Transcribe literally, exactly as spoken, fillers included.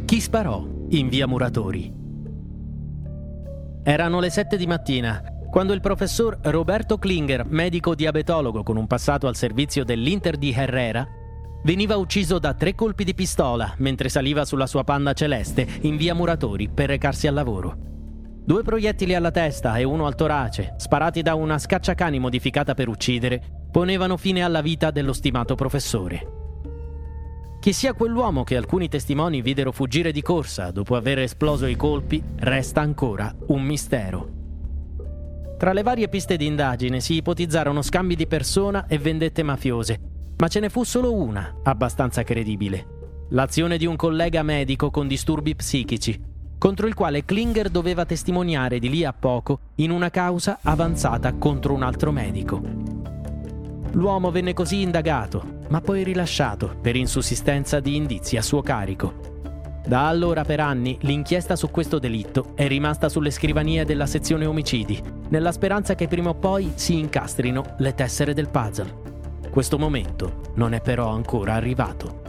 Chi sparò in via Muratori? Erano le sette di mattina, quando il professor Roberto Klinger, medico diabetologo con un passato al servizio dell'Inter di Herrera, veniva ucciso da tre colpi di pistola mentre saliva sulla sua Panda celeste in via Muratori per recarsi al lavoro. Due proiettili alla testa e uno al torace, sparati da una scacciacani modificata per uccidere, ponevano fine alla vita dello stimato professore. Chi sia quell'uomo che alcuni testimoni videro fuggire di corsa dopo aver esploso i colpi resta ancora un mistero. Tra le varie piste di indagine si ipotizzarono scambi di persona e vendette mafiose, ma ce ne fu solo una abbastanza credibile: l'azione di un collega medico con disturbi psichici, contro il quale Klinger doveva testimoniare di lì a poco in una causa avanzata contro un altro medico. L'uomo venne così indagato, ma poi rilasciato per insussistenza di indizi a suo carico. Da allora per anni l'inchiesta su questo delitto è rimasta sulle scrivanie della sezione omicidi, nella speranza che prima o poi si incastrino le tessere del puzzle. Questo momento non è però ancora arrivato.